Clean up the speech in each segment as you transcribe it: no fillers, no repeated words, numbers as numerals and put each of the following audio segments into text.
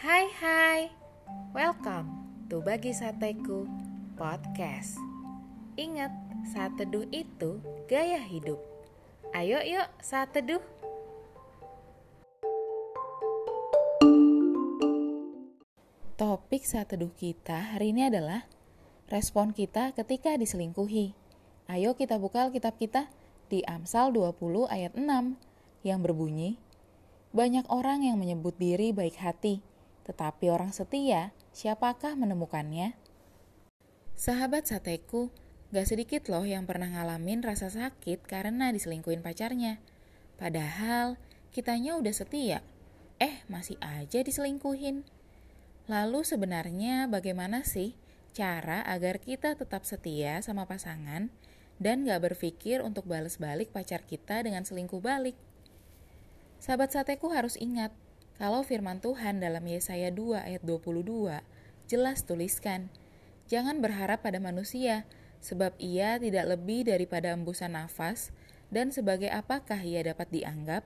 Hai, welcome to Bagi Sateku Podcast. Ingat, saat teduh itu gaya hidup. Ayo yuk saat teduh. Topik saat teduh kita hari ini adalah respon kita ketika diselingkuhi. Ayo kita buka Alkitab kita di Amsal 20 ayat 6 yang berbunyi, banyak orang yang menyebut diri baik hati, tetapi orang setia, siapakah menemukannya? Sahabat sateku, gak sedikit loh yang pernah ngalamin rasa sakit karena diselingkuhin pacarnya. Padahal kitanya udah setia, masih aja diselingkuhin. Lalu sebenarnya bagaimana sih cara agar kita tetap setia sama pasangan dan gak berpikir untuk balas balik pacar kita dengan selingkuh balik? Sahabat sateku harus ingat, kalau firman Tuhan dalam Yesaya 2 ayat 22 jelas tuliskan, jangan berharap pada manusia, sebab ia tidak lebih daripada embusan nafas, dan sebagai apakah ia dapat dianggap?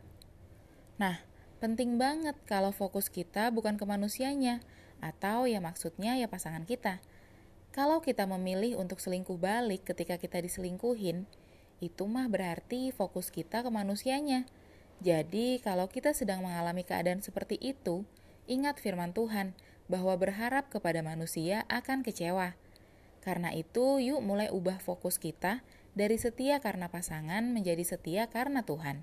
Nah, penting banget kalau fokus kita bukan ke manusianya, atau ya maksudnya ya pasangan kita. Kalau kita memilih untuk selingkuh balik ketika kita diselingkuhin, itu mah berarti fokus kita ke manusianya. Jadi, kalau kita sedang mengalami keadaan seperti itu, ingat firman Tuhan bahwa berharap kepada manusia akan kecewa. Karena itu, yuk mulai ubah fokus kita dari setia karena pasangan menjadi setia karena Tuhan.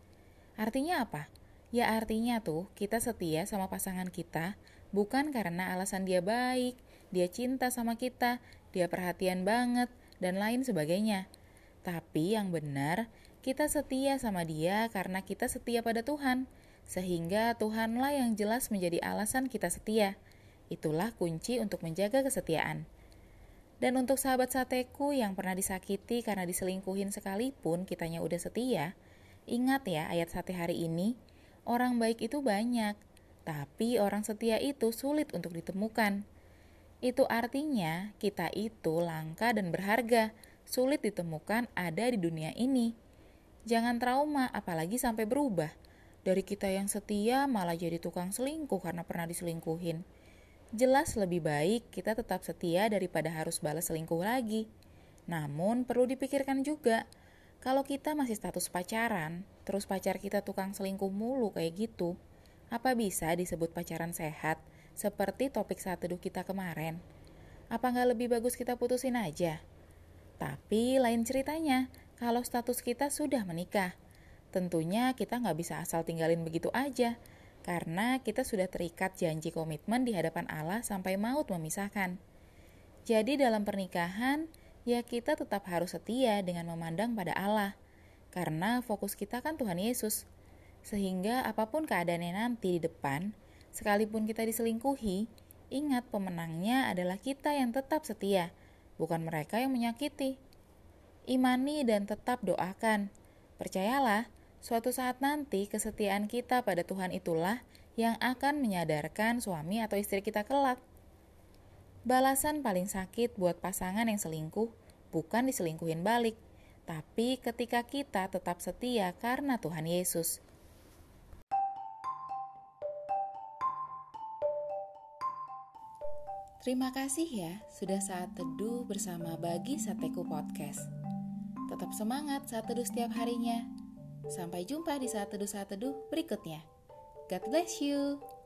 Artinya apa? Ya artinya tuh, kita setia sama pasangan kita bukan karena alasan dia baik, dia cinta sama kita, dia perhatian banget, dan lain sebagainya. Tapi yang benar, kita setia sama dia karena kita setia pada Tuhan, sehingga Tuhanlah yang jelas menjadi alasan kita setia. Itulah kunci untuk menjaga kesetiaan. Dan untuk sahabat sateku yang pernah disakiti karena diselingkuhin sekalipun kitanya udah setia, ingat ya ayat sate hari ini, orang baik itu banyak, tapi orang setia itu sulit untuk ditemukan. Itu artinya kita itu langka dan berharga, sulit ditemukan ada di dunia ini. Jangan trauma, apalagi sampai berubah. Dari kita yang setia malah jadi tukang selingkuh karena pernah diselingkuhin. Jelas lebih baik kita tetap setia daripada harus balas selingkuh lagi. Namun perlu dipikirkan juga, kalau kita masih status pacaran, terus pacar kita tukang selingkuh mulu kayak gitu, apa bisa disebut pacaran sehat seperti topik saat teduh kita kemarin? Apa nggak lebih bagus kita putusin aja? Tapi lain ceritanya, kalau status kita sudah menikah, tentunya kita nggak bisa asal tinggalin begitu aja, karena kita sudah terikat janji komitmen di hadapan Allah sampai maut memisahkan. Jadi dalam pernikahan, ya kita tetap harus setia dengan memandang pada Allah, karena fokus kita kan Tuhan Yesus. Sehingga apapun keadaannya nanti di depan, sekalipun kita diselingkuhi, ingat pemenangnya adalah kita yang tetap setia, bukan mereka yang menyakiti. Imani dan tetap doakan. Percayalah, suatu saat nanti kesetiaan kita pada Tuhan itulah yang akan menyadarkan suami atau istri kita kelak. Balasan paling sakit buat pasangan yang selingkuh bukan diselingkuhin balik, tapi ketika kita tetap setia karena Tuhan Yesus. Terima kasih ya sudah saat teduh bersama Bagi Sateku Podcast. Tetap semangat saat teduh setiap harinya. Sampai jumpa di saat teduh berikutnya. God bless you.